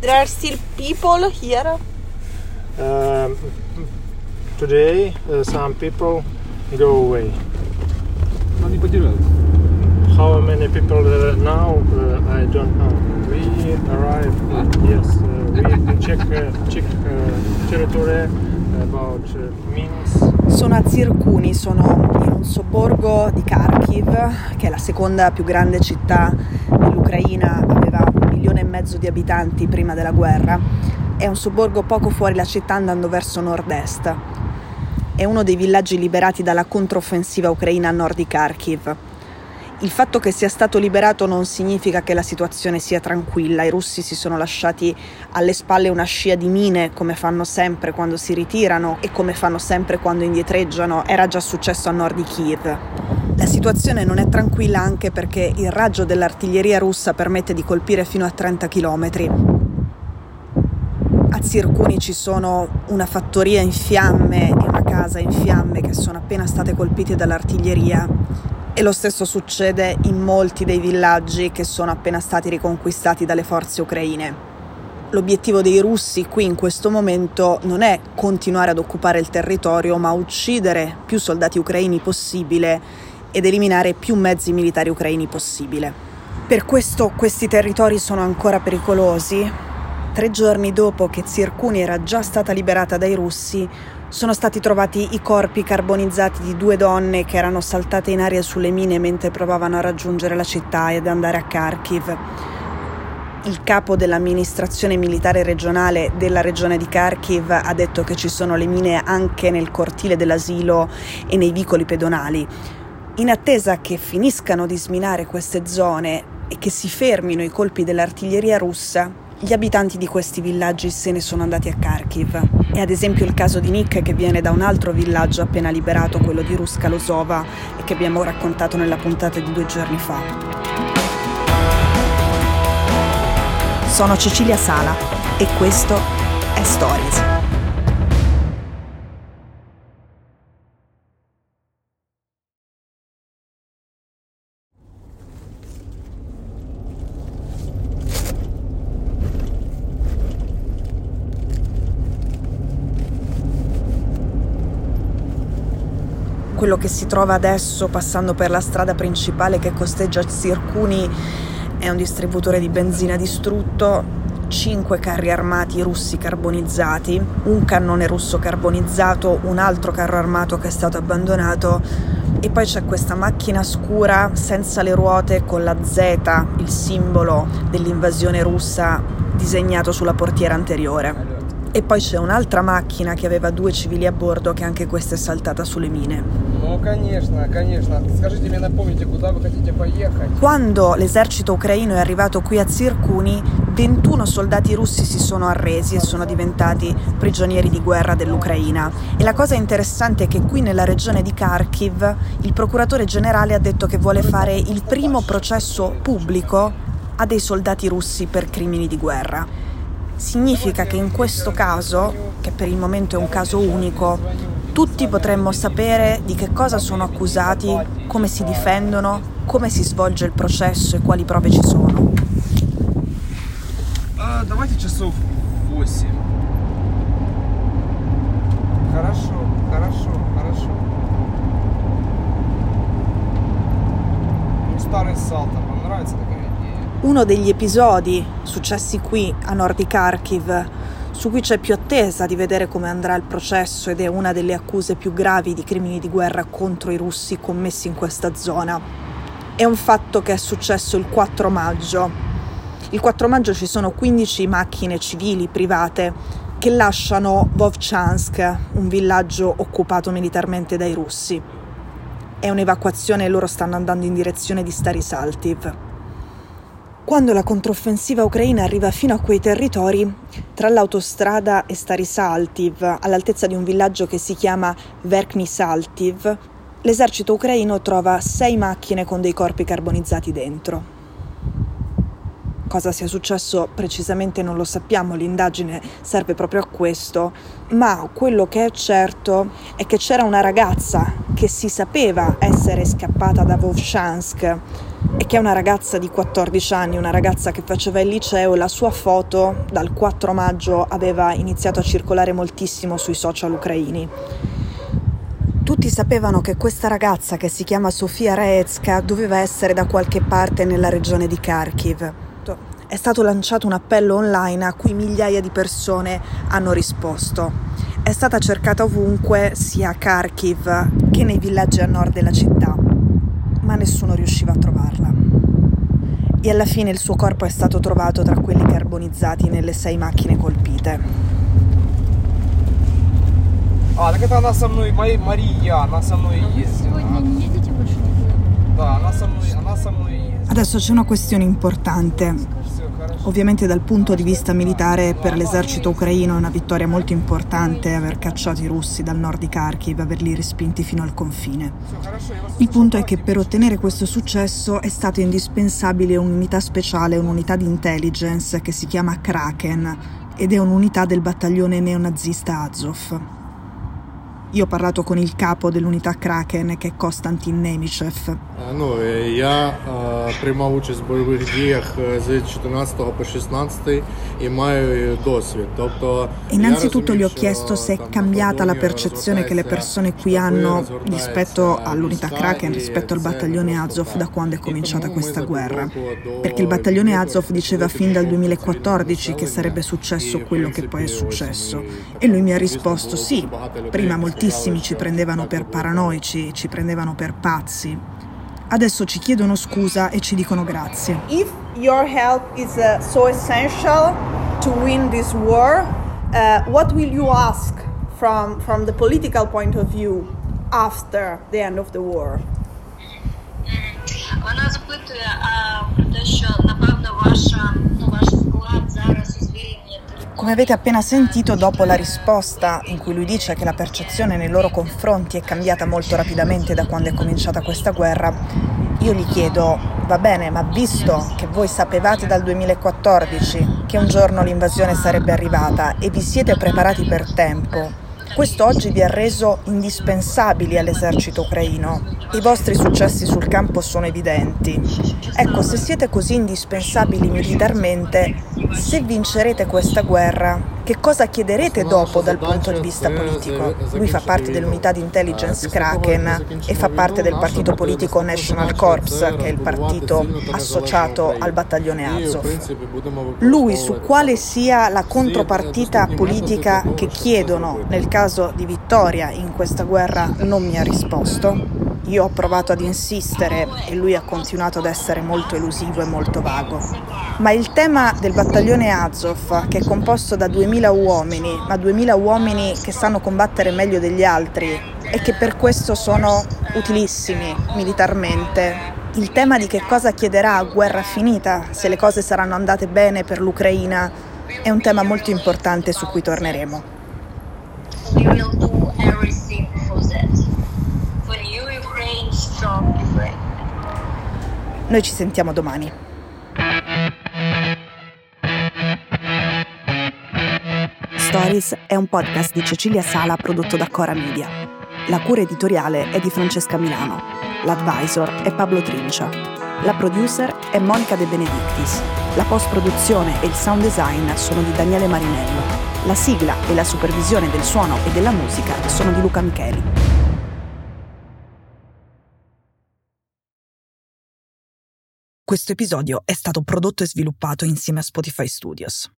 There are still people here? Today some people go away. Они потеряются. How many people there are now? I don't know. We arrived. Yes, we check territory about Minsk. Sono a Zirkuni, sono in un sobborgo di Kharkiv, che è la seconda più grande città dell'Ucraina, aveva 1,5 milioni di abitanti prima della guerra. È un sobborgo poco fuori la città andando verso nord-est. È uno dei villaggi liberati dalla controffensiva ucraina a nord di Kharkiv. Il fatto che sia stato liberato non significa che la situazione sia tranquilla. I russi si sono lasciati alle spalle una scia di mine, come fanno sempre quando si ritirano e come fanno sempre quando indietreggiano. Era già successo a nord di Kiev. La situazione non è tranquilla anche perché il raggio dell'artiglieria russa permette di colpire fino a 30 chilometri. A Zirkuni ci sono una fattoria in fiamme e una casa in fiamme che sono appena state colpite dall'artiglieria. E lo stesso succede in molti dei villaggi che sono appena stati riconquistati dalle forze ucraine. L'obiettivo dei russi qui in questo momento non è continuare ad occupare il territorio, ma uccidere più soldati ucraini possibile ed eliminare più mezzi militari ucraini possibile. Per questo questi territori sono ancora pericolosi. 3 giorni dopo che Zirkuni era già stata liberata dai russi, sono stati trovati i corpi carbonizzati di 2 donne che erano saltate in aria sulle mine mentre provavano a raggiungere la città ed andare a Kharkiv. Il capo dell'amministrazione militare regionale della regione di Kharkiv ha detto che ci sono le mine anche nel cortile dell'asilo e nei vicoli pedonali. In attesa che finiscano di sminare queste zone e che si fermino i colpi dell'artiglieria russa, gli abitanti di questi villaggi se ne sono andati a Kharkiv. È ad esempio il caso di Nick, che viene da un altro villaggio appena liberato, quello di Ruska-Lozova, e che abbiamo raccontato nella puntata di 2 giorni fa. Sono Cecilia Sala e questo è Stories. Quello che si trova adesso passando per la strada principale che costeggia Zirkuni è un distributore di benzina distrutto, 5 carri armati russi carbonizzati, un cannone russo carbonizzato, un altro carro armato che è stato abbandonato e poi c'è questa macchina scura senza le ruote con la Z, il simbolo dell'invasione russa disegnato sulla portiera anteriore. E poi c'è un'altra macchina che aveva 2 civili a bordo che anche questa è saltata sulle mine. Quando l'esercito ucraino è arrivato qui a Zirkuni, 21 soldati russi si sono arresi e sono diventati prigionieri di guerra dell'Ucraina. E la cosa interessante è che qui nella regione di Kharkiv il procuratore generale ha detto che vuole fare il primo processo pubblico a dei soldati russi per crimini di guerra. Significa che in questo caso, che per il momento è un caso unico, tutti potremmo sapere di che cosa sono accusati, come si difendono, come si svolge il processo e quali prove ci sono. Давайте часов 8. Хорошо. Старый Салтов, вам нравится такая идея? Uno degli episodi successi qui a nord di Kharkiv, su cui c'è più attesa di vedere come andrà il processo ed è una delle accuse più gravi di crimini di guerra contro i russi commessi in questa zona, è un fatto che è successo il 4 maggio. Il 4 maggio ci sono 15 macchine civili private che lasciano Vovchansk, un villaggio occupato militarmente dai russi. È un'evacuazione e loro stanno andando in direzione di Stary Saltiv. Quando la controffensiva ucraina arriva fino a quei territori, tra l'autostrada e Stary Saltiv, all'altezza di un villaggio che si chiama Verkhny Saltiv, l'esercito ucraino trova 6 macchine con dei corpi carbonizzati dentro. cosa sia successo precisamente non lo sappiamo, l'indagine serve proprio a questo, ma quello che è certo è che c'era una ragazza che si sapeva essere scappata da Vovchansk e che è una ragazza di 14 anni, una ragazza che faceva il liceo. La sua foto dal 4 maggio aveva iniziato a circolare moltissimo sui social ucraini. Tutti sapevano che questa ragazza, che si chiama Sofia Raecka, doveva essere da qualche parte nella regione di Kharkiv. È stato lanciato un appello online a cui migliaia di persone hanno risposto. È stata cercata ovunque, sia a Kharkiv che nei villaggi a nord della città, ma nessuno riusciva a trovarla. E alla fine il suo corpo è stato trovato tra quelli carbonizzati nelle 6 macchine colpite. Так это она со mной, Мария, она со mной ездила. Сегодня не едете больше никуда? Да, она со mной ездила. Adesso c'è una questione importante. Все, хорошо. Ovviamente dal punto di vista militare per l'esercito ucraino è una vittoria molto importante aver cacciato i russi dal nord di Kharkiv, averli respinti fino al confine. Il punto è che per ottenere questo successo è stato indispensabile un'unità speciale, un'unità di intelligence che si chiama Kraken ed è un'unità del battaglione neonazista Azov. Io ho parlato con il capo dell'unità Kraken, che è Konstantin Nemichev. Я приймав участь в бойових діях з 14 по 16 і маю досвід. Тобто Innanzitutto gli ho chiesto se è cambiata la percezione che le persone qui hanno rispetto all'unità Kraken, rispetto al battaglione Azov da quando è cominciata questa guerra. Perché il battaglione Azov diceva fin dal 2014 che sarebbe successo quello che poi è successo. E lui mi ha risposto sì, prima moltissimi ci prendevano per paranoici, ci prendevano per pazzi. Adesso ci chiedono scusa e ci dicono grazie. If your help is so essential to win this war, what will you ask from the political point of view after the end of the war? Вона запитує про те, що, напевно, ваш вклад зараз у звільнення території. Come avete appena sentito, dopo la risposta in cui lui dice che la percezione nei loro confronti è cambiata molto rapidamente da quando è cominciata questa guerra, io gli chiedo, va bene, ma visto che voi sapevate dal 2014 che un giorno l'invasione sarebbe arrivata e vi siete preparati per tempo, questo oggi vi ha reso indispensabili all'esercito ucraino. I vostri successi sul campo sono evidenti. Ecco, se siete così indispensabili militarmente, se vincerete questa guerra, che cosa chiederete dopo dal punto di vista politico? Lui fa parte dell'unità di intelligence Kraken e fa parte del partito politico National Corps, che è il partito associato al battaglione Azov. Lui, su quale sia la contropartita politica che chiedono nel caso di vittoria in questa guerra, non mi ha risposto. Io ho provato ad insistere e lui ha continuato ad essere molto elusivo e molto vago. Ma il tema del battaglione Azov, che è composto da 2000 uomini, ma 2000 uomini che sanno combattere meglio degli altri e che per questo sono utilissimi militarmente, il tema di che cosa chiederà a guerra finita, se le cose saranno andate bene per l'Ucraina, è un tema molto importante su cui torneremo. We will do everything for that. For you, Ukraine, strong Ukraine. Noi ci sentiamo domani. Stories è un podcast di Cecilia Sala prodotto da Cora Media. La cura editoriale è di Francesca Milano. L'advisor è Pablo Trincia. La producer è Monica De Benedictis. La post-produzione e il sound design sono di Daniele Marinello. La sigla e la supervisione del suono e della musica sono di Luca Micheli. Questo episodio è stato prodotto e sviluppato insieme a Spotify Studios.